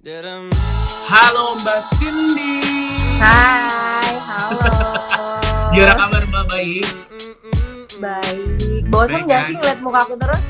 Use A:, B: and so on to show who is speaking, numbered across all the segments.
A: Halo Mbak Cindy.
B: Hai, halo.
A: Gimana kabar Mbak? Baik?
B: Baik. Bosan nggak sih ngeliat muka aku terus?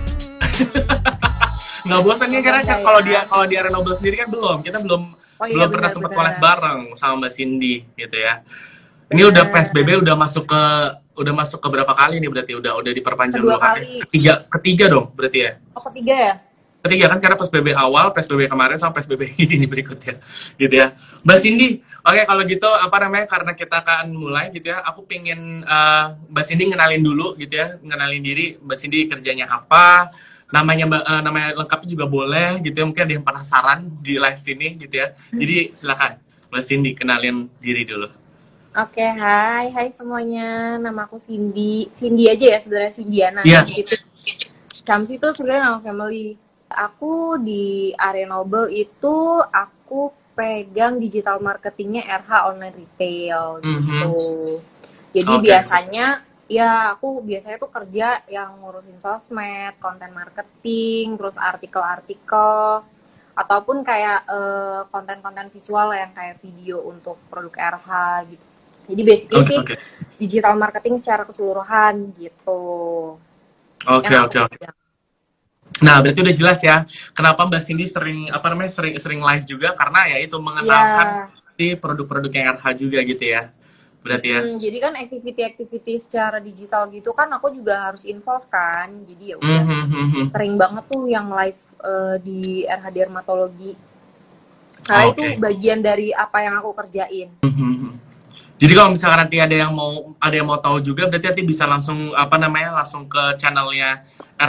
A: Nggak bosan nih karena kalau dia Renoble sendiri kan kita belum
B: Iya,
A: pernah sempat
B: benar.
A: collab bareng sama Mbak Cindy gitu ya. Ini udah PSBB udah masuk ke berapa kali nih berarti udah diperpanjang
B: Kedua
A: 2 kali.
B: kali.
A: Ketiga dong berarti ya.
B: Oh, ketiga ya?
A: Ketiga kan karena PSBB awal, PSBB kemarin sama PSBB ini berikutnya gitu ya. Mbak Cindy, oke kalau gitu karena kita akan mulai gitu ya, aku pingin Mbak Cindy ngenalin dulu gitu ya, ngenalin diri Mbak Cindy kerjanya apa, namanya lengkapnya juga boleh gitu ya, mungkin ada yang penasaran di live sini gitu ya. Jadi silakan Mbak Cindy kenalin diri dulu.
B: Oke, hai semuanya. Nama aku Cindy. Cindy aja ya sebenarnya, Cindyana.
A: Iya.
B: Gitu. Kamsi itu sebenarnya nama family. Aku di Renoble itu aku pegang digital marketingnya RH Online Retail gitu. Jadi biasanya ya aku biasanya tuh kerja yang ngurusin sosmed, konten marketing, terus artikel-artikel ataupun kayak konten-konten visual yang kayak video untuk produk RH gitu. Jadi basically sih digital marketing secara keseluruhan gitu.
A: Oke. Nah, berarti udah jelas ya kenapa Mbak Cindy sering live juga karena ya itu mengenalkan si produk-produk yang RH juga gitu ya. Berarti ya.
B: Jadi kan activity secara digital gitu kan aku juga harus involve kan. Jadi ya udah sering banget tuh yang live di RH Dermatologi. Karena itu bagian dari apa yang aku kerjain.
A: Jadi kalau misalkan nanti ada yang mau tahu juga berarti nanti bisa langsung langsung ke channelnya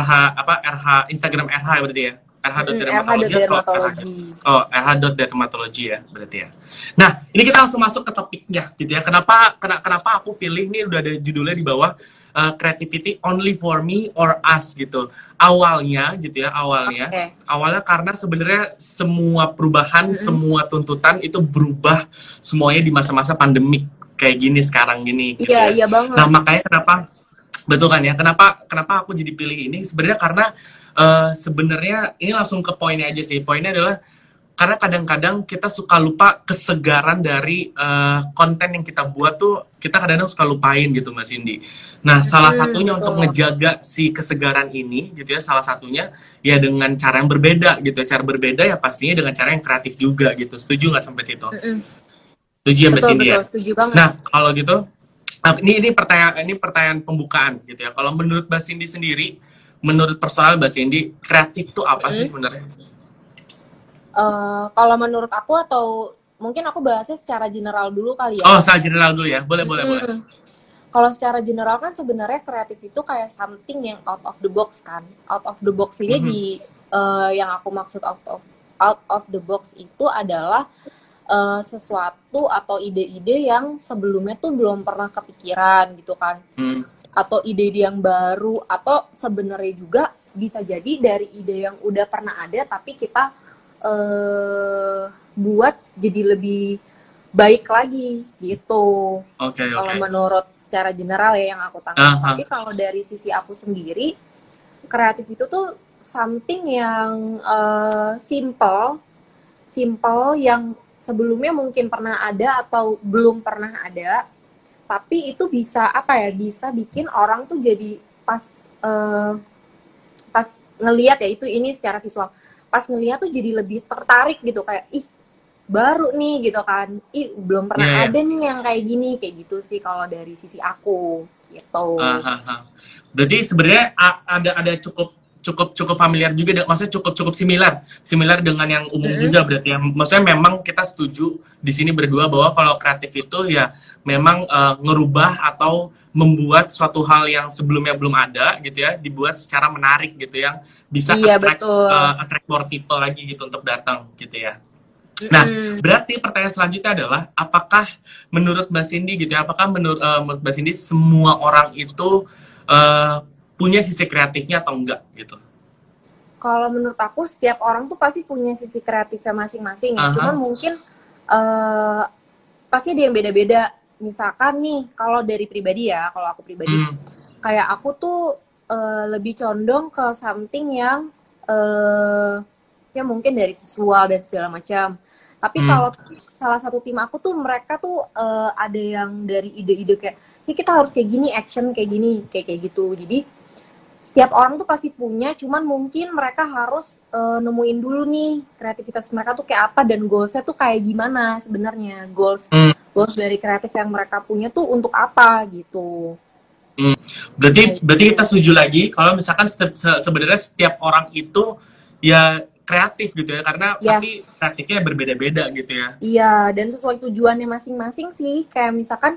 A: RH Instagram RH berarti ya.
B: RH.dermatologi.
A: RH.dermatologi ya berarti ya. Nah, ini kita langsung masuk ke topiknya gitu ya. Kenapa aku pilih ini udah ada judulnya di bawah creativity only for me or us gitu. Awalnya karena sebenarnya semua perubahan, semua tuntutan itu berubah semuanya di masa-masa pandemik kayak gini sekarang gini gitu ya.
B: Iya banget.
A: Nah, makanya betul kan ya, kenapa aku jadi pilih ini sebenarnya karena sebenarnya ini langsung ke poinnya aja sih. Poinnya adalah karena kadang-kadang kita suka lupa kesegaran dari konten yang kita buat tuh kita kadang-kadang suka lupain gitu Mbak Cindy. Nah, salah satunya untuk ngejaga si kesegaran ini gitu ya, salah satunya ya dengan cara yang berbeda gitu ya. Cara berbeda ya pastinya dengan cara yang kreatif juga gitu. Setuju nggak sampai situ? Setuju ya Mbak Cindy ya?
B: Setuju banget.
A: Nah, kalau gitu ini pertanyaan pembukaan gitu ya. Kalau menurut Mbak Cindy sendiri, menurut personal Mbak Cindy, kreatif tuh apa sih sebenarnya?
B: Kalau menurut aku atau mungkin aku bahasnya secara general dulu kali ya.
A: Oh, secara general dulu ya. Boleh.
B: Kalau secara general kan sebenarnya kreatif itu kayak something yang out of the box kan. Out of the box ini yang aku maksud out of the box itu adalah sesuatu atau ide-ide yang sebelumnya tuh belum pernah kepikiran gitu kan. Atau ide-ide yang baru atau sebenarnya juga bisa jadi dari ide yang udah pernah ada tapi kita buat jadi lebih baik lagi gitu. Kalau menurut secara general ya yang aku tangkap. Tapi kalau dari sisi aku sendiri, kreatif itu tuh something yang simple yang sebelumnya mungkin pernah ada atau belum pernah ada. Tapi itu bisa bisa bikin orang tuh jadi pas ngelihat ya ini secara visual. Pas ngelihat tuh jadi lebih tertarik gitu kayak baru nih gitu kan, belum pernah ada nih yang kayak gini, kayak gitu sih kalau dari sisi aku gitu.
A: Berarti sebenarnya ada cukup familiar juga, maksudnya cukup similar dengan yang umum juga berarti ya. Maksudnya memang kita setuju di sini berdua bahwa kalau kreatif itu ya memang ngerubah atau membuat suatu hal yang sebelumnya belum ada gitu ya, dibuat secara menarik gitu yang bisa attract more people lagi gitu untuk datang gitu ya. Nah, berarti pertanyaan selanjutnya adalah apakah menurut Mbak Cindy gitu ya, apakah menurut Mbak Cindy semua orang itu punya sisi kreatifnya atau enggak gitu?
B: Kalau menurut aku setiap orang tuh pasti punya sisi kreatifnya masing-masing ya. Cuman mungkin pasti ada yang beda-beda. Misalkan nih, kalau dari pribadi ya, kalau aku pribadi, kayak aku tuh lebih condong ke something yang kreatifnya mungkin dari visual dan segala macam. Tapi kalau salah satu tim aku tuh mereka tuh ada yang dari ide-ide kayak, ya kita harus kayak gini, action kayak gini, kayak gitu. Jadi setiap orang tuh pasti punya, cuman mungkin mereka harus nemuin dulu nih kreativitas mereka tuh kayak apa dan goalsnya tuh kayak gimana sebenarnya. Goals dari kreatif yang mereka punya tuh untuk apa gitu.
A: Berarti kita setuju lagi kalau misalkan sebenarnya setiap orang itu ya kreatif gitu ya, karena pasti kreatifnya berbeda-beda gitu ya.
B: Iya, dan sesuai tujuannya masing-masing sih. Kayak misalkan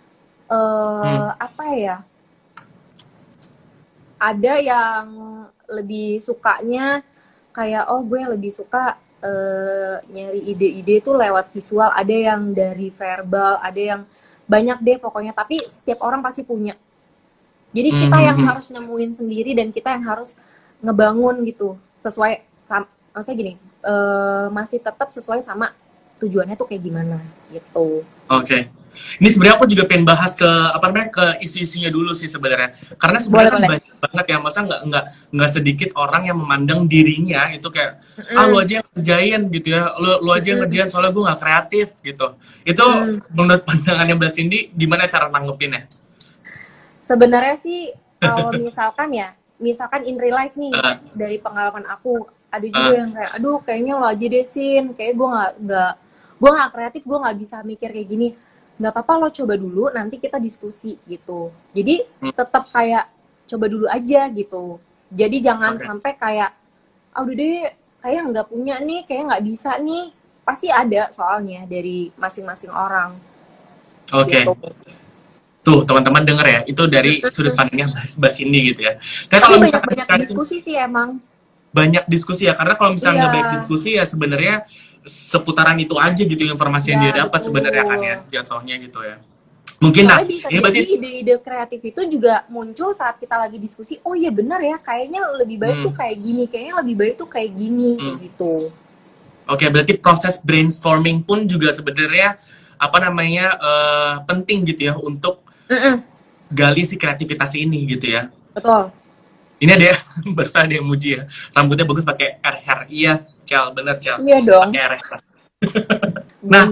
B: apa ya? Ada yang lebih sukanya kayak gue lebih suka nyari ide-ide tuh lewat visual, ada yang dari verbal, ada yang banyak deh pokoknya. Tapi setiap orang pasti punya. Jadi kita yang harus nemuin sendiri dan kita yang harus ngebangun gitu sesuai maksudnya gini, masih tetap sesuai sama tujuannya tuh kayak gimana gitu.
A: Oke. Ini sebenarnya aku juga pengen bahas ke isu-isunya dulu sih sebenarnya. Karena sebenarnya kan banyak banget ya, masa nggak sedikit orang yang memandang dirinya itu kayak lu aja yang ngerjain gitu ya, lu aja yang ngerjain soalnya gue nggak kreatif gitu. Itu menurut pandangannya Mbak Cindy gimana cara nanggepinnya?
B: Sebenarnya sih kalau misalkan in real life nih dari pengalaman aku, ada juga yang kayak kayaknya lo aja deh Sin, kayak gue nggak kreatif, gue nggak bisa mikir kayak gini. Nggak apa-apa, lo coba dulu, nanti kita diskusi gitu. Jadi tetap kayak coba dulu aja gitu. Jadi jangan sampai kayak udah deh kayak nggak punya nih, kayak nggak bisa nih. Pasti ada soalnya dari masing-masing orang.
A: Oke. Gitu. Tuh teman-teman denger ya, itu dari sudut pandangnya Mbak Cindy gitu ya.
B: Tapi banyak diskusi sih emang.
A: Banyak diskusi ya, karena kalau misalnya nggak banyak diskusi ya sebenarnya seputaran itu aja gitu informasi yang dia dapat sebenarnya kan ya, jatuhnya gitu ya. Mungkin
B: bisa ini berarti ide-ide kreatif itu juga muncul saat kita lagi diskusi. Oh iya benar ya, kayaknya lebih baik tuh kayak gini, kayaknya lebih baik tuh kayak gini gitu.
A: Oke, berarti proses brainstorming pun juga sebenarnya penting gitu ya untuk gali si kreativitas ini gitu ya.
B: Betul.
A: Ini ada barusan ada yang muji ya, rambutnya bagus pakai hair. Iya, Cel, bener Cel.
B: Iya dong.
A: Pakai hair. Nah,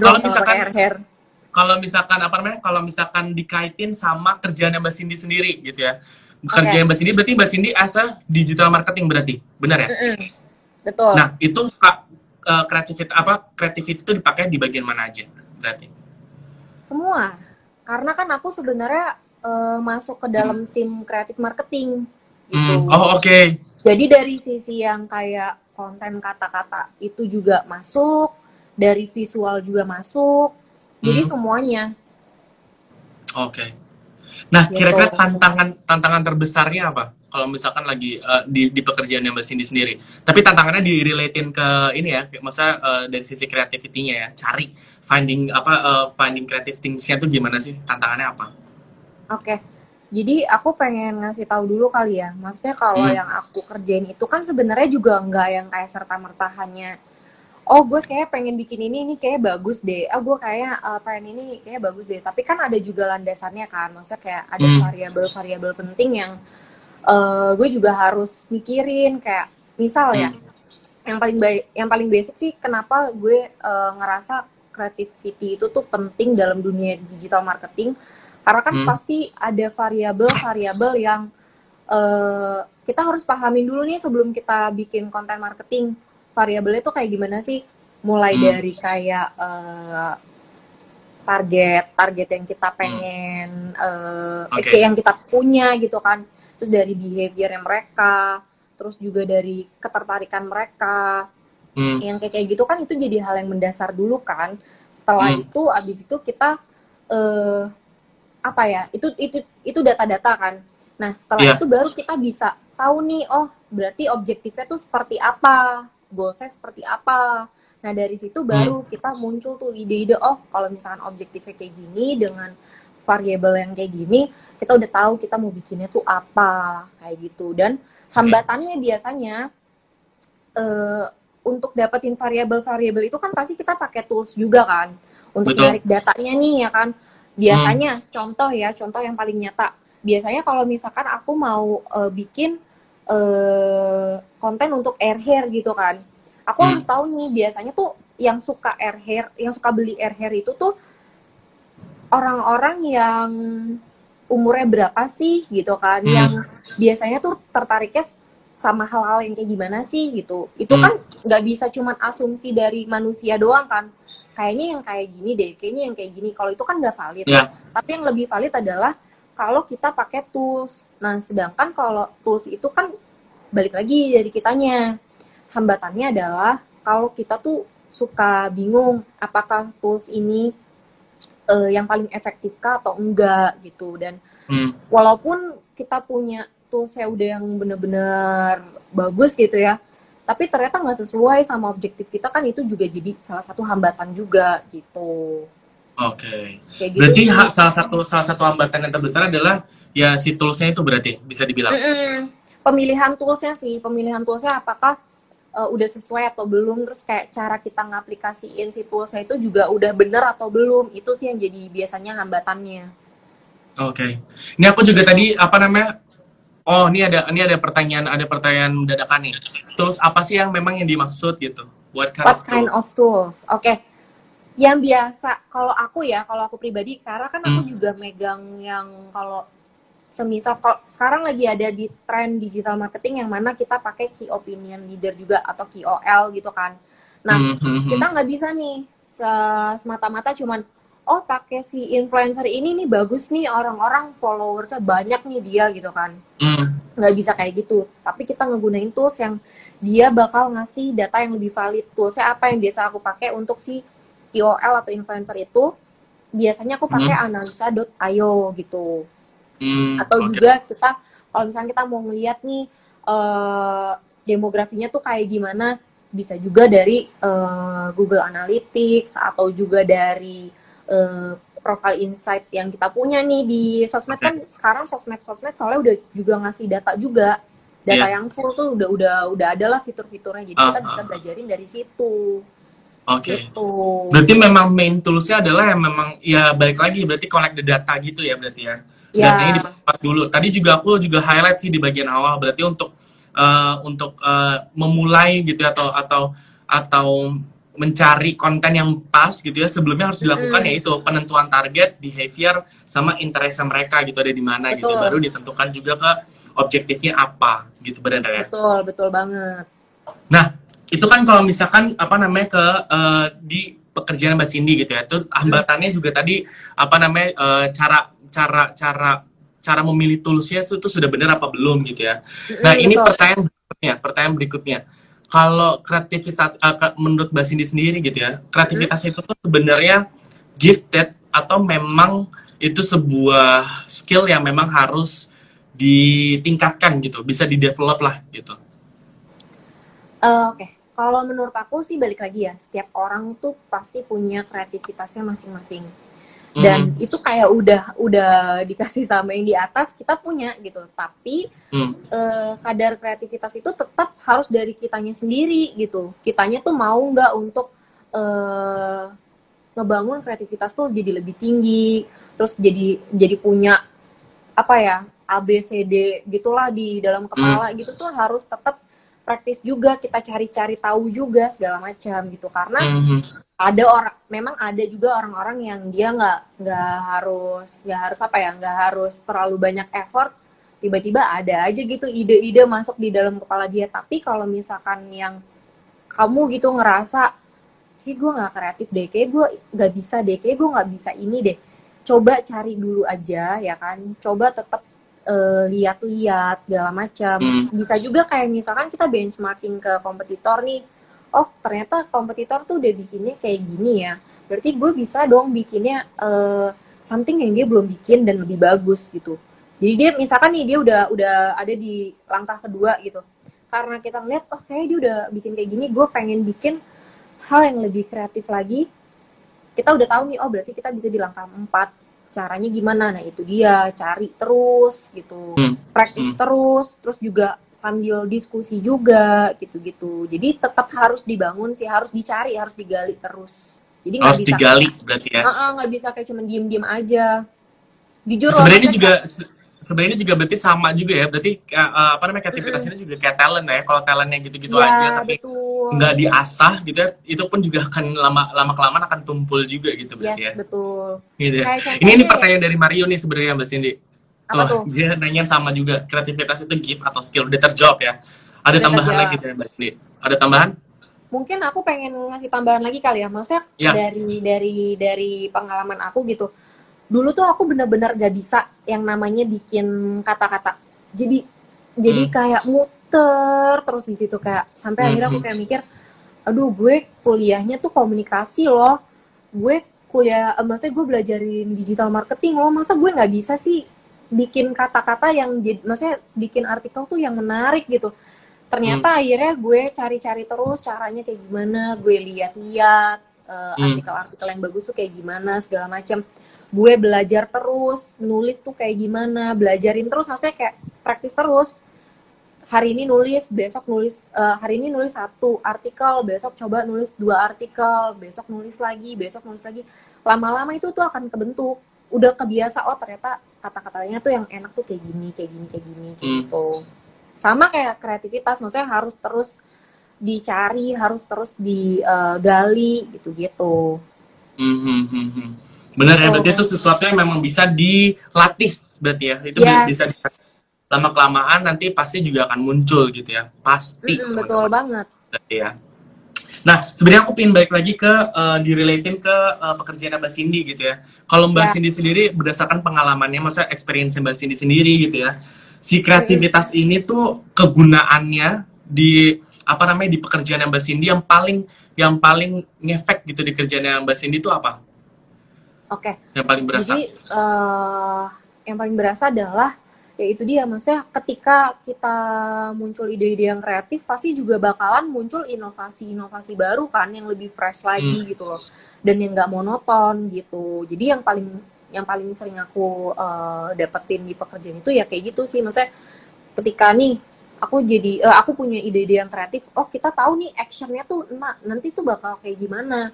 A: kalau misalkan dikaitin sama kerjaan Mbak Cindy sendiri gitu ya. Kerjaan Mbak Cindy berarti Mbak Cindy as a digital marketing berarti, benar ya?
B: Betul.
A: Nah, itu kreativitas itu dipakai di bagian mana aja berarti?
B: Semua. Karena kan aku sebenarnya masuk ke dalam tim kreatif marketing. Gitu.
A: Oke.
B: Jadi dari sisi yang kayak konten kata-kata itu juga masuk, dari visual juga masuk, jadi semuanya.
A: Oke. Nah, kira-kira tantangan terbesarnya apa? Kalau misalkan lagi di pekerjaan yang Mbak Cindy sendiri. Tapi tantangannya direlatein ke ini ya, masa dari sisi creativity-nya ya, cari finding creative things-nya tuh gimana sih? Tantangannya apa?
B: Oke. Jadi aku pengen ngasih tahu dulu kali ya, maksudnya kalau yang aku kerjain itu kan sebenarnya juga nggak yang kayak serta-merta hanya, gue kayak pengen bikin ini kayak bagus deh, gue kayak pengen ini kayak bagus deh, tapi kan ada juga landasannya kan, maksudnya kayak ada variabel-variabel penting yang gue juga harus mikirin, kayak misal ya, yang paling basic sih kenapa gue ngerasa creativity itu tuh penting dalam dunia digital marketing. Karena kan pasti ada variabel-variabel yang kita harus pahamin dulu nih sebelum kita bikin konten marketing. Variabelnya tuh kayak gimana sih? Mulai dari kayak target yang kita pengen, yang kita punya gitu kan. Terus dari behaviornya mereka, terus juga dari ketertarikan mereka. Yang kayak gitu kan itu jadi hal yang mendasar dulu kan. Setelah itu, abis itu kita itu data-data kan. Nah setelah itu baru kita bisa tahu nih, berarti objektifnya tuh seperti apa, goalsnya seperti apa. Nah dari situ baru kita muncul tuh ide-ide, kalau misalkan objektifnya kayak gini dengan variabel yang kayak gini, kita udah tahu kita mau bikinnya tuh apa, kayak gitu. Dan hambatannya biasanya untuk dapetin variabel-variabel itu kan pasti kita pakai tools juga kan untuk narik datanya nih ya kan. Biasanya contoh yang paling nyata. Biasanya kalau misalkan aku mau bikin konten untuk hair gitu kan. aku harus tahu nih biasanya tuh yang suka air hair, yang suka beli air hair itu tuh orang-orang yang umurnya berapa sih gitu kan, yang biasanya tuh tertariknya sama hal-hal yang kayak gimana sih gitu. Itu kan nggak bisa cuman asumsi dari manusia doang kan. Kayaknya yang kayak gini deh, kayaknya yang kayak gini. Kalau itu kan nggak valid.
A: Yeah.
B: Tapi yang lebih valid adalah kalau kita pakai tools. Nah, sedangkan kalau tools itu kan balik lagi dari kitanya. Hambatannya adalah kalau kita tuh suka bingung apakah tools ini yang paling efektif kah atau enggak gitu. Dan walaupun kita punya toolsnya udah yang bener-bener bagus gitu ya, tapi ternyata nggak sesuai sama objektif kita, kan itu juga jadi salah satu hambatan juga gitu.
A: Oke.
B: Gitu
A: berarti
B: sih.
A: salah satu hambatan yang terbesar adalah ya si toolsnya itu, berarti bisa dibilang.
B: Pemilihan toolsnya apakah udah sesuai atau belum, terus kayak cara kita ngaplikasiin si toolsnya itu juga udah bener atau belum, itu sih yang jadi biasanya hambatannya.
A: Oke. Ini aku juga tadi oh, ini ada pertanyaan dadakan nih. Tools apa sih yang memang yang dimaksud gitu? What kind
B: of tools? Oke. Yang biasa kalau aku pribadi, karena kan aku juga megang yang kalau semisal sekarang lagi ada di tren digital marketing yang mana kita pakai key opinion leader juga atau KOL gitu kan. Nah, kita nggak bisa nih semata-mata cuman pakai si influencer ini nih bagus nih, orang-orang followersnya banyak nih dia gitu kan. Nggak bisa kayak gitu. Tapi kita ngegunain tools yang dia bakal ngasih data yang lebih valid. Toolsnya apa yang biasa aku pakai untuk si KOL atau influencer itu? Biasanya aku pakai analisa.io gitu. Atau juga kita kalau misalnya kita mau ngeliat nih demografinya tuh kayak gimana, bisa juga dari Google Analytics atau juga dari profile insight yang kita punya nih di sosmed. Kan sekarang sosmed soalnya udah juga ngasih data juga, data yang full tuh udah ada lah fitur-fiturnya, jadi kita bisa belajarin dari situ.
A: Gitu. Berarti memang main toolsnya adalah yang memang ya balik lagi berarti collect the data gitu ya berarti ya. Datanya dipakai dulu. Tadi juga aku highlight sih di bagian awal, berarti untuk memulai gitu ya, atau mencari konten yang pas gitu ya, sebelumnya harus dilakukan yaitu penentuan target, behavior, sama interest mereka gitu, ada di mana gitu, baru ditentukan juga ke objektifnya apa gitu, benar ya?
B: Betul banget.
A: Nah, itu kan kalau misalkan di pekerjaan Mbak Cindy gitu ya, itu hambatannya juga tadi cara memilih toolsnya itu sudah benar apa belum gitu ya. Nah, ini pertanyaan berikutnya. Kalau kreativitas menurut Mbak Cindy sendiri gitu ya, kreativitas itu tuh sebenarnya gifted atau memang itu sebuah skill yang memang harus ditingkatkan gitu, bisa di-develop lah gitu.
B: Oke. Kalau menurut aku sih balik lagi ya, setiap orang tuh pasti punya kreativitasnya masing-masing. Dan itu kayak udah dikasih sama yang di atas, kita punya gitu. Tapi kadar kreativitas itu tetap harus dari kitanya sendiri gitu. Kitanya tuh mau nggak untuk ngebangun kreativitas tuh jadi lebih tinggi, terus jadi punya ABCD gitulah di dalam kepala gitu, tuh harus tetap praktis juga, kita cari-cari tahu juga segala macam gitu. Karena memang ada juga orang-orang yang dia nggak harus terlalu banyak effort, tiba-tiba ada aja gitu ide-ide masuk di dalam kepala dia. Tapi kalau misalkan yang kamu gitu ngerasa kayak gue nggak kreatif deh, kayak gue nggak bisa deh, kayak gue nggak bisa ini deh, coba cari dulu aja ya kan, coba tetap lihat-lihat segala macam. Bisa juga kayak misalkan kita benchmarking ke kompetitor nih, oh ternyata kompetitor tuh udah bikinnya kayak gini ya, berarti gue bisa dong bikinnya something yang dia belum bikin dan lebih bagus gitu. Jadi dia misalkan nih dia udah ada di langkah kedua gitu, karena kita ngeliat kayaknya dia udah bikin kayak gini, gue pengen bikin hal yang lebih kreatif lagi. Kita udah tahu nih, berarti kita bisa di langkah 4. Caranya gimana? Nah itu dia, cari terus gitu, praktis terus juga sambil diskusi juga gitu-gitu. Jadi tetap harus dibangun sih, harus dicari, harus digali terus. Jadi
A: harus digali berarti ya.
B: Nggak bisa kayak cuma diem-diem aja. Jujur
A: sebenarnya juga sebenarnya juga berarti sama juga ya. Berarti apa namanya, kreativitasnya juga kayak talent ya. Kalau talentnya gitu-gitu aja tapi
B: betul.
A: nggak diasah gitu ya, itu pun juga akan lama kelamaan akan tumpul juga gitu berarti ya.
B: Betul.
A: Gitu ya.
B: Kayak
A: Ini
B: contohnya
A: pertanyaan dari Mario nih sebenarnya Mbak Cindy.
B: apa tuh?
A: Dia nanyain sama juga, kreativitas itu gift atau skill? Udah terjawab ya. Ada
B: Udah
A: tambahan
B: terjawab.
A: lagi dari Mbak Cindy? Ada tambahan?
B: Mungkin aku pengen ngasih tambahan lagi kali ya. Maksudnya
A: Ya.
B: dari pengalaman aku gitu. Dulu tuh aku benar-benar gak bisa yang namanya bikin kata-kata. Jadi kayak muter terus di situ, kayak sampai akhirnya aku kayak mikir, aduh gue kuliahnya tuh komunikasi loh. Gue kuliah, maksudnya gue belajarin digital marketing loh. Masa gue nggak bisa sih bikin kata-kata yang maksudnya bikin artikel tuh yang menarik gitu. Ternyata akhirnya gue cari-cari terus caranya kayak gimana, gue lihat-lihat artikel-artikel yang bagus tuh kayak gimana, segala macam. Gue belajar terus, nulis tuh kayak gimana, belajarin terus, maksudnya kayak praktis terus. Hari ini nulis, besok nulis, hari ini nulis 1 artikel, besok coba nulis 2 artikel, besok nulis lagi. Lama-lama itu tuh akan kebentuk. Udah kebiasa, oh ternyata kata-katanya tuh yang enak tuh kayak gini, kayak gitu. Sama kayak kreativitas, maksudnya harus terus dicari, harus terus digali gitu-gitu.
A: Benar ya, berarti itu sesuatu yang memang bisa dilatih berarti ya. Itu bisa lama-kelamaan nanti pasti juga akan muncul gitu ya. Pasti.
B: Betul banget.
A: Berarti ya. Nah, sebenarnya aku pengen balik lagi ke direlatein ke pekerjaan Mbak Cindy gitu ya. Kalau Mbak Cindy sendiri berdasarkan pengalamannya, maksudnya experience Mbak Cindy sendiri gitu ya. Si kreativitas ini tuh kegunaannya di apa namanya, di pekerjaan Mbak Cindy yang paling ngefek gitu di kerjaan Mbak Cindy itu apa?
B: Oke.
A: Yang paling berasa.
B: Jadi yang paling berasa adalah ya itu dia, maksudnya ketika kita muncul ide-ide yang kreatif pasti juga bakalan muncul inovasi-inovasi baru kan yang lebih fresh lagi gitu loh, dan yang nggak monoton gitu. Jadi yang paling sering aku dapetin di pekerjaan itu ya kayak gitu sih, maksudnya ketika nih aku punya ide-ide yang kreatif, oh kita tahu nih actionnya tuh nanti tuh bakal kayak gimana,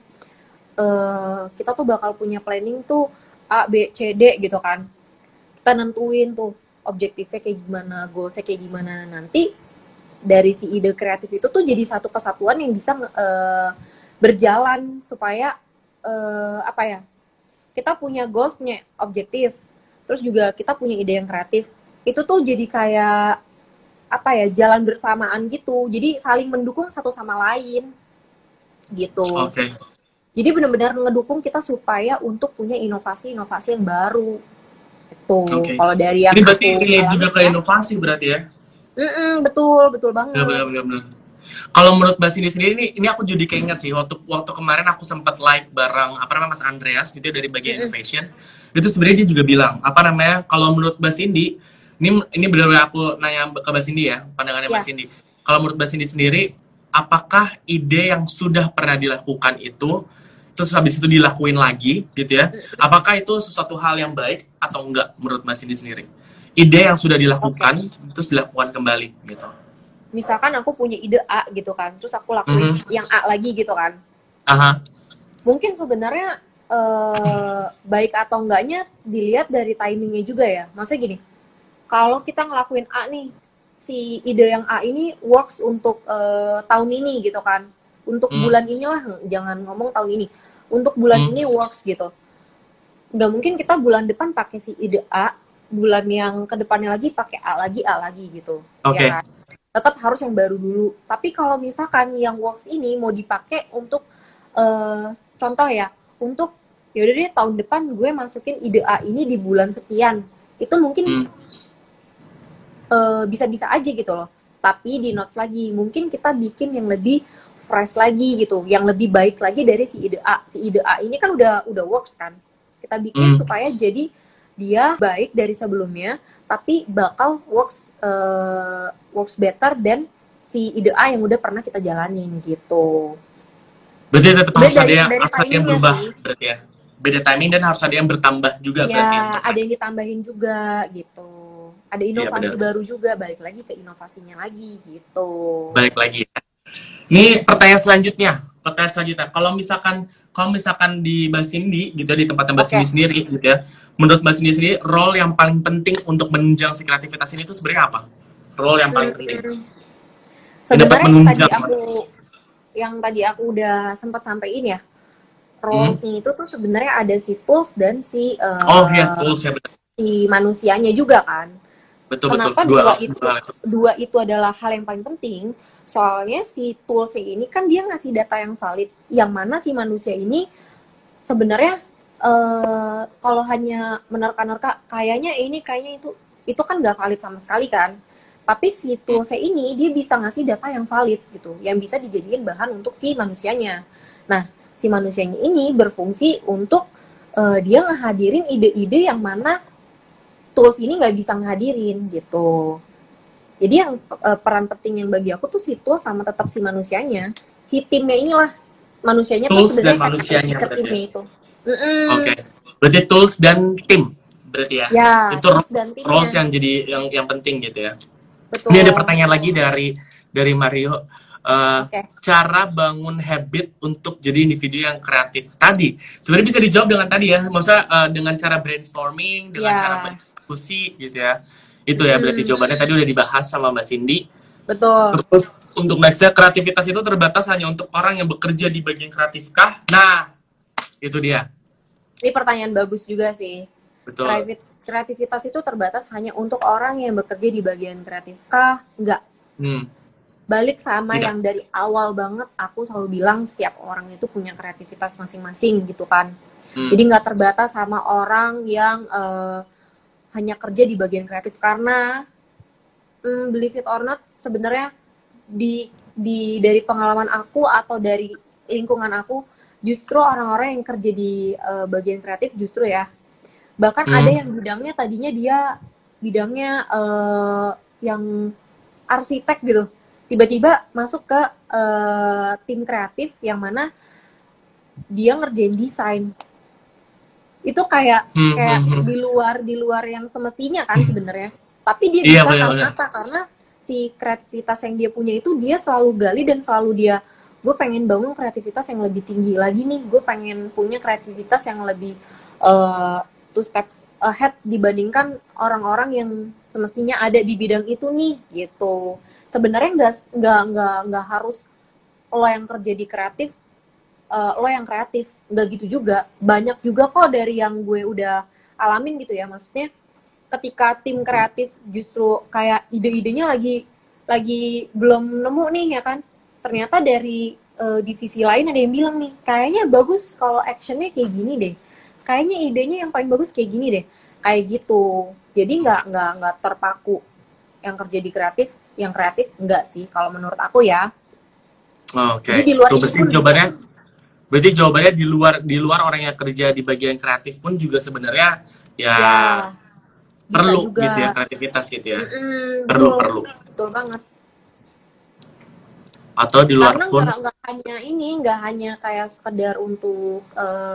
B: kita tuh bakal punya planning tuh A, B, C, D gitu kan, kita nentuin tuh objektifnya kayak gimana, goalsnya kayak gimana. Nanti dari si ide kreatif itu tuh jadi satu kesatuan yang bisa berjalan supaya apa ya, kita punya goals, punya objektif, terus juga kita punya ide yang kreatif. Itu tuh jadi kayak apa ya, jalan bersamaan gitu. Jadi saling mendukung satu sama lain gitu.
A: Oke.
B: Jadi benar-benar ngedukung kita supaya untuk punya inovasi-inovasi yang baru. Itu kalau dari yang
A: ini berarti relate juga ke inovasi berarti ya?
B: Betul banget.
A: Benar. Kalau menurut Mbak Cindy sendiri ini aku jadi keinget sih, waktu kemarin aku sempat live bareng Mas Andreas gitu dari bagian innovation. Itu sebenarnya dia juga bilang kalau menurut Mbak Cindy, ini benar-benar aku nanya ke Mbak Cindy ya, pandangannya Mbak Cindy. Kalau menurut Mbak Cindy sendiri, apakah ide yang sudah pernah dilakukan itu terus habis itu dilakuin lagi gitu ya, apakah itu sesuatu hal yang baik atau enggak menurut Mbak Cindy sendiri? Ide yang sudah dilakukan terus dilakukan kembali gitu.
B: Misalkan aku punya ide A gitu kan, terus aku lakuin yang A lagi gitu kan. Mungkin sebenarnya baik atau enggaknya dilihat dari timingnya juga ya. Maksudnya gini, kalau kita ngelakuin A nih, si ide yang A ini works untuk tahun ini gitu kan, untuk bulan inilah, jangan ngomong tahun ini, untuk bulan ini works gitu. Nggak mungkin kita bulan depan pakai si ide A, bulan yang kedepannya lagi pakai A lagi gitu. Ya kan? Tetap harus yang baru dulu. Tapi kalau misalkan yang works ini mau dipakai untuk contoh ya, untuk yaudah deh tahun depan gue masukin ide A ini di bulan sekian, itu mungkin bisa-bisa aja gitu loh. Tapi di notes lagi, mungkin kita bikin yang lebih fresh lagi gitu, yang lebih baik lagi dari si ide A. Si ide A ini kan udah works kan. Kita bikin supaya jadi dia baik dari sebelumnya, tapi bakal works better than si ide A yang udah pernah kita jalanin gitu.
A: Berarti tetap harus ada yang berubah berarti ya. Beda timing dan harus ada yang bertambah juga berarti.
B: Ya, ada yang ditambahin juga gitu. Ada inovasi baru juga, balik lagi ke inovasinya lagi gitu.
A: Balik lagi ya. Ini pertanyaan selanjutnya. Kalau misalkan kalau misalkan di Mbak Cindy gitu ya, di tempatnya Mbak Cindy sendiri gitu ya, menurut Mbak Cindy sendiri role yang paling penting untuk menunjang si kreativitas ini tuh sebenarnya apa? Role yang paling penting.
B: Sebenarnya yang tadi aku udah sempat sampaikan ya. Roles itu tuh sebenarnya ada si tools dan si
A: tools ya, benar.
B: Si manusianya juga kan.
A: Betul.
B: Kenapa dua itu adalah hal yang paling penting? Soalnya si tools ini kan dia ngasih data yang valid, yang mana si manusia ini sebenarnya kalau hanya menerka-nerka kayaknya itu kan nggak valid sama sekali kan. Tapi si tools ini dia bisa ngasih data yang valid gitu, yang bisa dijadikan bahan untuk si manusianya. Nah, si manusianya ini berfungsi untuk dia ngehadirin ide-ide yang mana tools ini nggak bisa ngehadirin gitu. Jadi yang peran penting yang bagi aku tuh si tools sama tetap si manusianya, si timnya inilah. Manusianya
A: tools
B: tuh sebenarnya
A: manusianya
B: ke timnya itu.
A: Oke. Berarti tools dan tim berarti ya.
B: Ya
A: itu roles yang jadi yang penting gitu ya.
B: Betul.
A: Ini ada pertanyaan lagi dari Mario. Cara bangun habit untuk jadi individu yang kreatif tadi sebenarnya bisa dijawab dengan tadi ya, maksudnya dengan cara brainstorming, dengan cara berdiskusi gitu ya. Itu ya berarti jawabannya tadi udah dibahas sama Mbak Cindy.
B: Betul.
A: Terus untuk nextnya, kreativitas itu terbatas hanya untuk orang yang bekerja di bagian kreatif kah? Nah, itu dia.
B: Ini pertanyaan bagus juga sih.
A: Betul.
B: Kreativitas itu terbatas hanya untuk orang yang bekerja di bagian kreatif kah? Enggak. Balik sama yang dari awal banget aku selalu bilang setiap orang itu punya kreativitas masing-masing gitu kan. Jadi nggak terbatas sama orang yang hanya kerja di bagian kreatif, karena believe it or not sebenarnya dari pengalaman aku atau dari lingkungan aku, justru orang-orang yang kerja di bagian kreatif justru ya, bahkan ada yang tadinya bidangnya yang arsitek gitu, tiba-tiba masuk ke tim kreatif yang mana dia ngerjain desain. Itu kayak di luar yang semestinya kan sebenarnya. Tapi dia bisa apa? Karena si kreativitas yang dia punya itu dia selalu gali dan selalu gue pengen bangun kreativitas yang lebih tinggi lagi nih. Gue pengen punya kreativitas yang lebih two steps ahead dibandingkan orang-orang yang semestinya ada di bidang itu nih gitu. Sebenarnya nggak harus lo yang kerja di kreatif lo yang kreatif, nggak gitu juga. Banyak juga kok dari yang gue udah alamin gitu ya, maksudnya ketika tim kreatif justru kayak ide-idenya lagi belum nemu nih ya kan, ternyata dari divisi lain ada yang bilang nih, kayaknya bagus kalau actionnya kayak gini deh, kayaknya idenya yang paling bagus kayak gini deh, kayak gitu. Jadi nggak terpaku yang kerja di kreatif, yang kreatif enggak sih kalau menurut aku ya.
A: Jadi di luar itu berarti jawabannya di luar orang yang kerja di bagian kreatif pun juga sebenarnya ya perlu juga. Gitu ya, kreativitas gitu ya. Perlu.
B: Betul banget.
A: Atau di luar
B: karena
A: pun
B: nggak hanya kayak sekedar untuk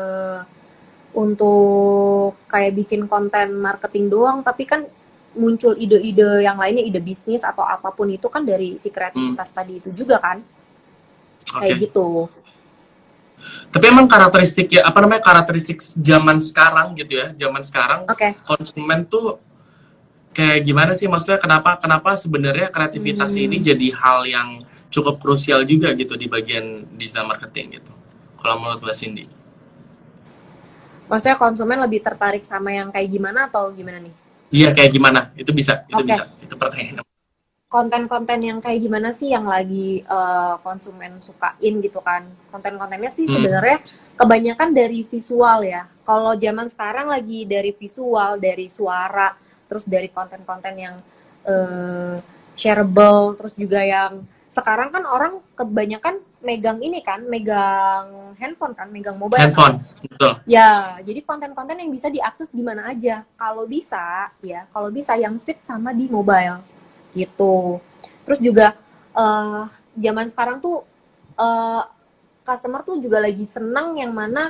B: kayak bikin konten marketing doang, tapi kan muncul ide-ide yang lainnya, ide bisnis atau apapun itu kan dari si kreativitas tadi itu juga kan. Kayak gitu.
A: Tapi emang karakteristik zaman sekarang gitu ya, konsumen tuh kayak gimana sih, maksudnya kenapa sebenarnya kreativitas ini jadi hal yang cukup krusial juga gitu di bagian digital marketing gitu, kalau menurut Mbak Cindy?
B: Maksudnya konsumen lebih tertarik sama yang kayak gimana atau gimana nih?
A: Iya, kayak gimana, itu bisa itu pertanyaan.
B: Konten-konten yang kayak gimana sih yang lagi konsumen sukain gitu kan? Konten-kontennya sih sebenarnya kebanyakan dari visual ya. Kalau zaman sekarang lagi dari visual, dari suara, terus dari konten-konten yang shareable, terus juga yang sekarang kan orang kebanyakan megang handphone kan, megang mobile.
A: Handphone, kan? Betul.
B: Ya, jadi konten-konten yang bisa diakses di mana aja. Kalau bisa yang fit sama di mobile. Gitu. Terus juga zaman sekarang tuh customer tuh juga lagi senang yang mana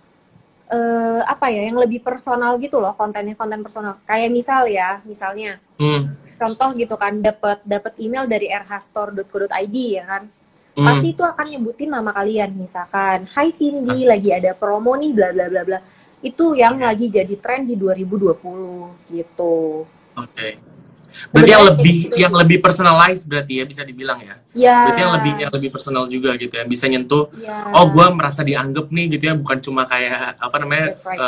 B: yang lebih personal gitu loh, konten personal. Kayak misalnya contoh gitu kan, dapat email dari rhstore.co.id ya kan. pasti itu akan nyebutin nama kalian. Misalkan, Hai Cindy, lagi ada promo nih, bla bla bla bla. Itu yang lagi jadi tren di 2020 gitu.
A: Oke. Berarti yang lebih personalized berarti ya, bisa dibilang ya.
B: Ya.
A: Berarti yang lebih personal juga gitu ya, bisa nyentuh.
B: Ya.
A: Oh, gue merasa dianggap nih gitu ya, bukan cuma kayak apa namanya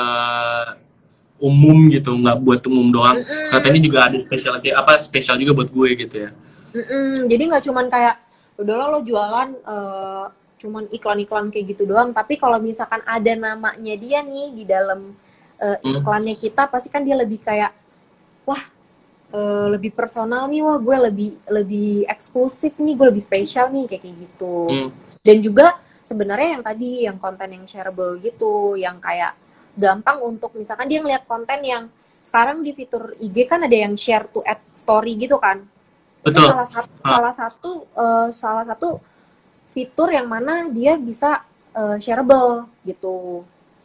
A: umum gitu, nggak buat umum doang. Katanya juga ada spesial juga buat gue gitu ya.
B: Jadi nggak cuman kayak udahlah lo jualan cuman iklan-iklan kayak gitu doang, tapi kalau misalkan ada namanya dia nih di dalam iklannya kita, pasti kan dia lebih kayak wah lebih personal nih, wah gue lebih eksklusif nih, gue lebih spesial nih kayak gitu. Dan juga sebenarnya yang tadi yang konten yang shareable gitu, yang kayak gampang untuk misalkan dia ngeliat konten yang sekarang di fitur IG kan ada yang share to add story gitu kan.
A: Betul.
B: Itu salah satu fitur yang mana dia bisa shareable gitu.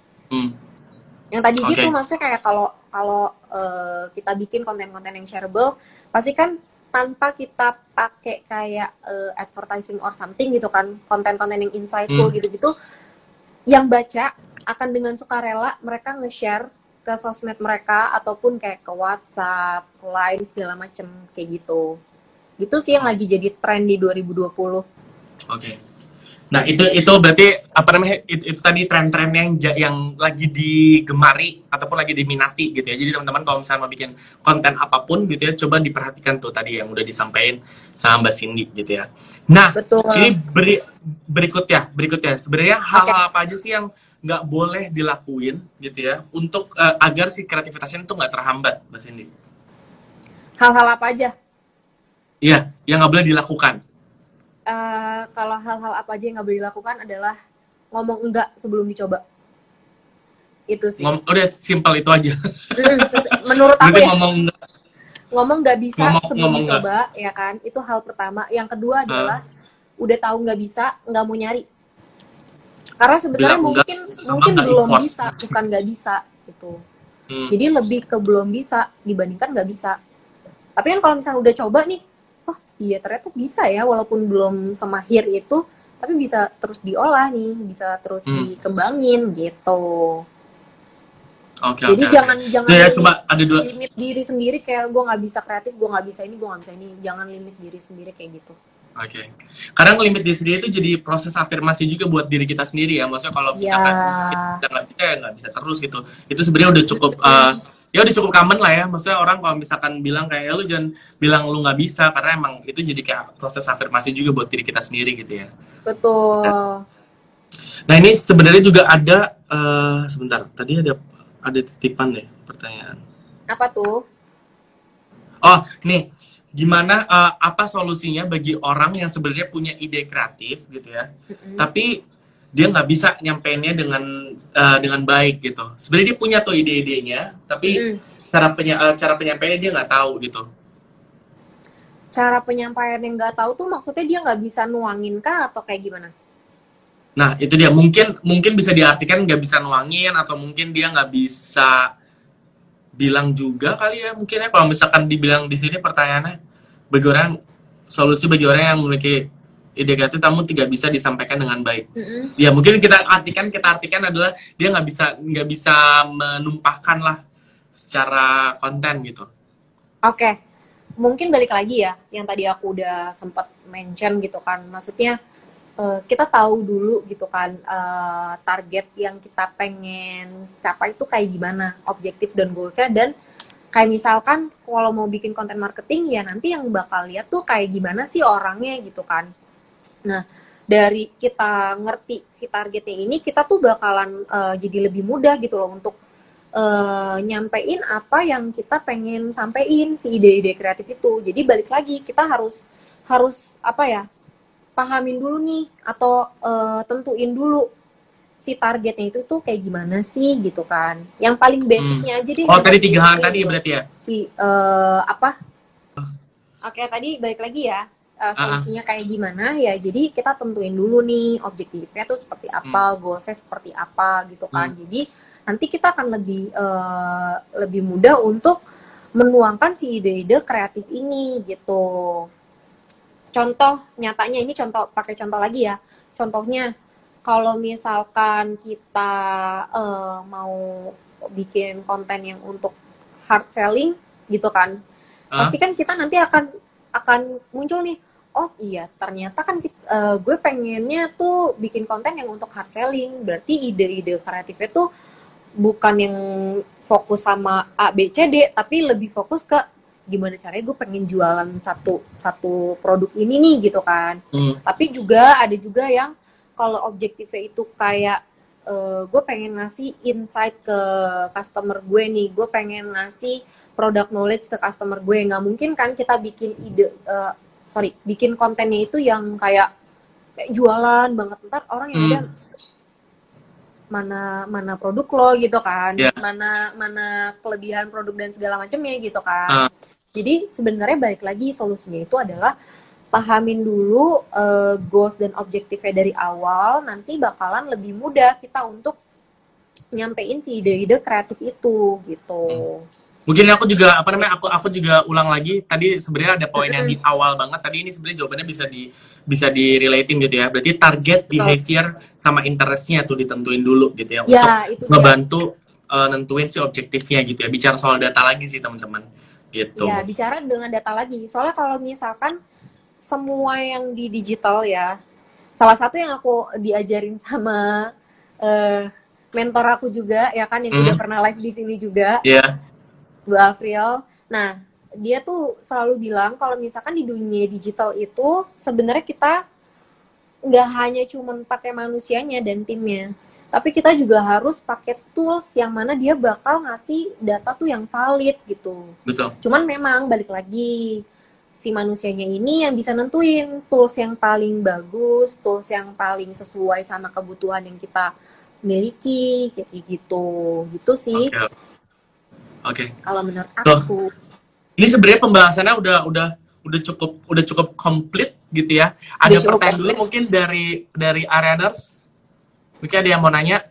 B: Yang tadi gitu maksudnya kayak kalau kita bikin konten-konten yang shareable, pasti kan tanpa kita pakai kayak advertising or something gitu kan, konten-konten yang insightful gitu-gitu, yang baca akan dengan sukarela mereka nge-share ke sosmed mereka ataupun kayak ke WhatsApp, Line segala macem kayak gitu. Itu sih yang lagi jadi tren di 2020.
A: Oke. Nah, itu berarti apa namanya? Itu tadi tren-tren yang lagi digemari ataupun lagi diminati gitu ya. Jadi teman-teman kalau misalnya mau bikin konten apapun gitu ya, coba diperhatikan tuh tadi yang udah disampaikan sama Mbak Cindy gitu ya. Nah, betul. Ini berikutnya sebenarnya hal-hal apa aja sih yang nggak boleh dilakuin gitu ya untuk agar si kreativitasnya itu nggak terhambat, Mbak Cindy?
B: Hal-hal apa aja?
A: Iya, yang nggak boleh dilakukan.
B: Kalau hal-hal apa aja yang nggak boleh dilakukan adalah ngomong enggak sebelum dicoba. Itu sih.
A: Udah simpel itu aja.
B: Menurut aku ya.
A: Ngomong
B: nggak bisa sebelum dicoba, ya kan? Itu hal pertama. Yang kedua adalah udah tahu nggak bisa, nggak mau nyari. Karena sebenarnya mungkin belum bisa, bukan nggak bisa gitu. Jadi lebih ke belum bisa dibandingkan nggak bisa. Tapi kan kalau misalnya udah coba nih, oh iya ternyata bisa ya, walaupun belum semahir itu, tapi bisa terus diolah nih, bisa terus dikembangin gitu. Jadi jangan limit diri sendiri kayak gue nggak bisa kreatif, gue nggak bisa ini, jangan limit diri sendiri kayak gitu.
A: Oke. Karena ngelimit diri sendiri itu jadi proses afirmasi juga buat diri kita sendiri ya. Maksudnya kalau misalkan kita nggak bisa ya nggak bisa terus gitu. Itu sebenarnya udah cukup udah cukup common lah ya. Maksudnya orang kalau misalkan bilang kayak lu jangan bilang lu nggak bisa, karena emang itu jadi kayak proses afirmasi juga buat diri kita sendiri gitu ya.
B: Betul.
A: Nah ini sebenarnya juga ada sebentar. Tadi ada titipan deh pertanyaan.
B: Apa tuh?
A: Oh nih. Gimana apa solusinya bagi orang yang sebenarnya punya ide kreatif gitu ya, tapi dia nggak bisa nyampeinnya dengan baik gitu. Sebenarnya dia punya tuh ide-idenya, tapi cara penyampaiannya dia nggak tahu gitu.
B: Cara penyampaian yang nggak tahu tuh maksudnya dia nggak bisa nuangin kah atau kayak gimana?
A: Nah itu dia, mungkin bisa diartikan nggak bisa nuangin, atau mungkin dia nggak bisa bilang juga kali ya, mungkin ya, kalau misalkan dibilang di sini pertanyaannya solusi bagi orang yang memiliki ide kreatif namun tidak bisa disampaikan dengan baik. Ya mungkin kita artikan adalah dia nggak bisa menumpahkan lah secara konten gitu.
B: Oke. Mungkin balik lagi ya yang tadi aku udah sempat mention gitu kan, maksudnya kita tahu dulu gitu kan target yang kita pengen capai itu kayak gimana, objektif dan goalsnya, dan kayak misalkan kalau mau bikin konten marketing ya nanti yang bakal lihat tuh kayak gimana sih orangnya gitu kan. Nah dari kita ngerti si targetnya ini, kita tuh bakalan jadi lebih mudah gitu loh untuk nyampein apa yang kita pengen sampein, si ide-ide kreatif itu. Jadi balik lagi kita harus apa ya, pahamin dulu nih atau tentuin dulu si targetnya itu tuh kayak gimana sih gitu kan. Yang paling basicnya aja deh.
A: Oh tadi 3 hal tadi berarti ya?
B: Oke, tadi balik lagi ya, solusinya kayak gimana ya. Jadi kita tentuin dulu nih objektifnya tuh seperti apa, goalsnya seperti apa gitu kan. Jadi nanti kita akan lebih mudah untuk menuangkan si ide-ide kreatif ini gitu. contoh nyatanya, ini pakai contoh lagi ya. Contohnya kalau misalkan kita mau bikin konten yang untuk hard selling gitu kan, pasti kan kita nanti akan muncul nih, oh iya ternyata kan gue pengennya tuh bikin konten yang untuk hard selling, berarti ide-ide kreatifnya tuh bukan yang fokus sama A, B, C, D, tapi lebih fokus ke gimana caranya gue pengen jualan satu produk ini nih gitu kan. Tapi ada juga yang kalau objektifnya itu kayak gue pengen ngasih insight ke customer gue nih, gue pengen ngasih product knowledge ke customer gue. Nggak mungkin kan kita bikin bikin kontennya itu yang kayak jualan banget, ntar orang yang ada mana produk lo gitu kan, mana kelebihan produk dan segala macamnya gitu kan. Jadi sebenarnya balik lagi solusinya itu adalah pahamin dulu goals dan objektifnya dari awal, nanti bakalan lebih mudah kita untuk nyampein si ide-ide kreatif itu gitu.
A: Mungkin aku juga aku juga ulang lagi tadi, sebenarnya ada poin yang di awal banget tadi, ini sebenarnya jawabannya bisa direlatein gitu ya. Berarti target, behavior sama interestnya tuh ditentuin dulu gitu ya, untuk ngebantu nentuin si objektifnya gitu ya. Bicara soal data lagi sih teman-teman gitu.
B: Ya, bicara dengan data lagi. Soalnya kalau misalkan semua yang di digital ya, salah satu yang aku diajarin sama mentor aku juga ya kan, yang udah pernah live di sini juga. Bu Afriel. Nah, dia tuh selalu bilang kalau misalkan di dunia digital itu sebenarnya kita nggak hanya cuman pakai manusianya dan timnya, tapi kita juga harus pakai tools yang mana dia bakal ngasih data tuh yang valid gitu.
A: Betul.
B: Cuman memang balik lagi, si manusianya ini yang bisa nentuin tools yang paling bagus, tools yang paling sesuai sama kebutuhan yang kita miliki, kayak gitu sih.
A: Oke.
B: Kalau menurut aku.
A: Ini sebenarnya pembahasannya udah cukup komplit gitu ya. Ada pertanyaan dulu mungkin dari Arianers. Mungkin ada yang mau nanya.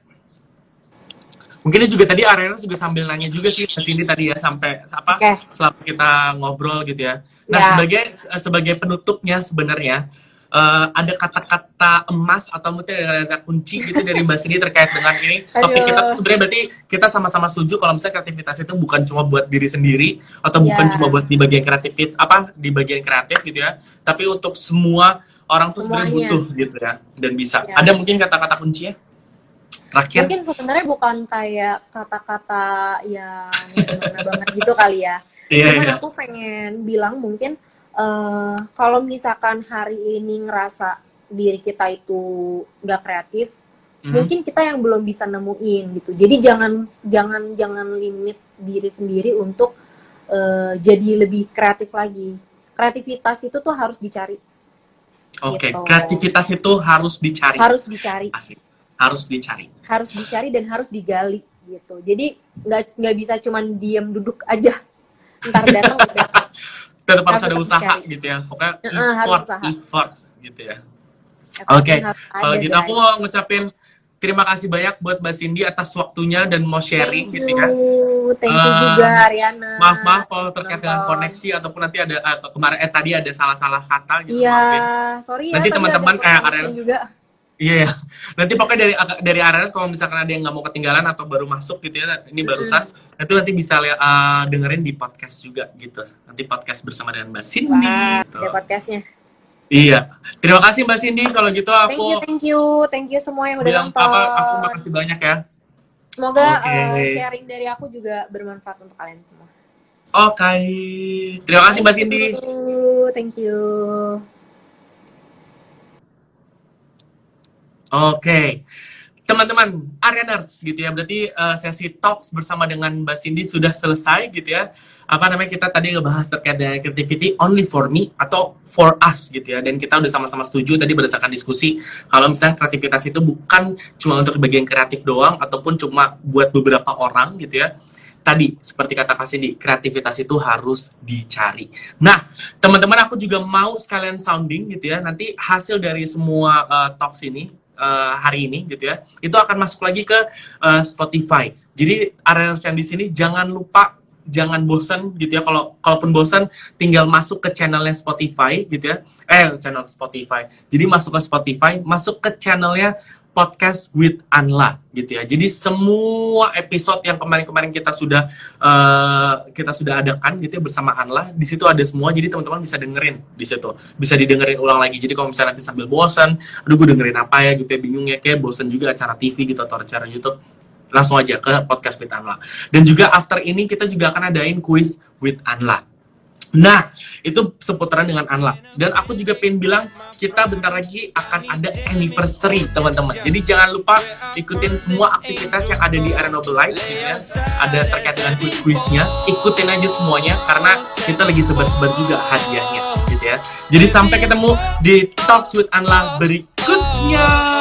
A: Mungkin juga tadi Arianers juga sambil nanya juga sih ke sini tadi ya, sampai selama kita ngobrol gitu ya. Nah, sebagai penutupnya sebenarnya ada kata-kata emas atau mungkin ada kata kunci gitu dari Mbak Cindy terkait dengan ini topik kita. Sebenarnya berarti kita sama-sama setuju kalau misalnya kreativitas itu bukan cuma buat diri sendiri atau bukan cuma buat di bagian kreatif gitu ya, tapi untuk semua orang tuh sebenarnya butuh gitu ya, dan bisa. Ada mungkin kata-kata kuncinya terakhir?
B: Mungkin sebenarnya bukan kayak kata-kata yang gimana banget gitu kali ya. Cuman aku pengen bilang mungkin kalau misalkan hari ini ngerasa diri kita itu nggak kreatif, mungkin kita yang belum bisa nemuin gitu. Jadi jangan limit diri sendiri untuk jadi lebih kreatif lagi. Kreativitas itu tuh harus dicari.
A: Oke, kreativitas itu harus dicari. Asik. Harus dicari dan harus digali gitu. Jadi nggak bisa cuman diem duduk aja. Ntar datang udah. Tetap harus ada usaha gitu ya, pokoknya effort gitu ya. Oke. Kalau gitu aku mau ngucapin terima kasih banyak buat Mbak Cindy atas waktunya dan mau sharing gitu ya.
B: Thank you juga Ariana.
A: Maaf kalau terkait dengan koneksi ataupun nanti ada kemarin tadi ada salah-salah kata gitu.
B: Iya, sorry ya.
A: Nanti teman-teman
B: Ariana juga.
A: Iya, nanti pokoknya dari Ariana kalau misalkan ada yang nggak mau ketinggalan atau baru masuk gitu ya, ini barusan, itu nanti bisa dengerin di podcast juga gitu. Nanti podcast bersama dengan Mbak Cindy. Gitu.
B: Ada podcastnya.
A: Iya, terima kasih Mbak Cindy. Kalau gitu aku
B: thank you semua yang udah nonton.
A: Aku makasih banyak ya.
B: Semoga sharing dari aku juga bermanfaat untuk kalian semua.
A: Oke, terima kasih Mbak Cindy.
B: Thank you.
A: Oke, teman-teman Arianers gitu ya, berarti sesi talks bersama dengan Mbak Cindy sudah selesai gitu ya. Kita tadi ngebahas terkait dengan creativity only for me atau for us gitu ya, dan kita udah sama-sama setuju tadi berdasarkan diskusi kalau misalnya kreativitas itu bukan cuma untuk bagian kreatif doang ataupun cuma buat beberapa orang gitu ya. Tadi seperti kata Kak Cindy, kreativitas itu harus dicari. Nah, teman-teman aku juga mau sekalian sounding gitu ya, nanti hasil dari semua talks ini hari ini gitu ya, itu akan masuk lagi ke Spotify. Jadi Arianers yang di sini jangan lupa jangan bosan gitu ya. Kalaupun bosan, tinggal masuk ke channelnya Spotify gitu ya. Channel Spotify. Jadi masuk ke Spotify, masuk ke channelnya Podcast with Anla gitu ya. Jadi semua episode yang kemarin-kemarin kita sudah adakan gitu ya bersama Anla, di situ ada semua. Jadi teman-teman bisa dengerin di situ. Bisa didengerin ulang lagi. Jadi kalau misalnya nanti sambil bosan, aduh gue dengerin apa ya gitu ya, bingung ya, kayak bosan juga acara TV gitu atau acara YouTube, langsung aja ke Podcast with Anla. Dan juga after ini kita juga akan adain quiz with Anla. Nah, itu seputaran dengan Anla. Dan aku juga pengen bilang, kita bentar lagi akan ada anniversary, teman-teman. Jadi jangan lupa ikutin semua aktivitas yang ada di Arena Noble Live, gitu ya. Ada terkait dengan quiz-quiznya. Ikutin aja semuanya, karena kita lagi sebar-sebar juga hadiahnya, gitu ya. Jadi sampai ketemu di Talks with Anla berikutnya.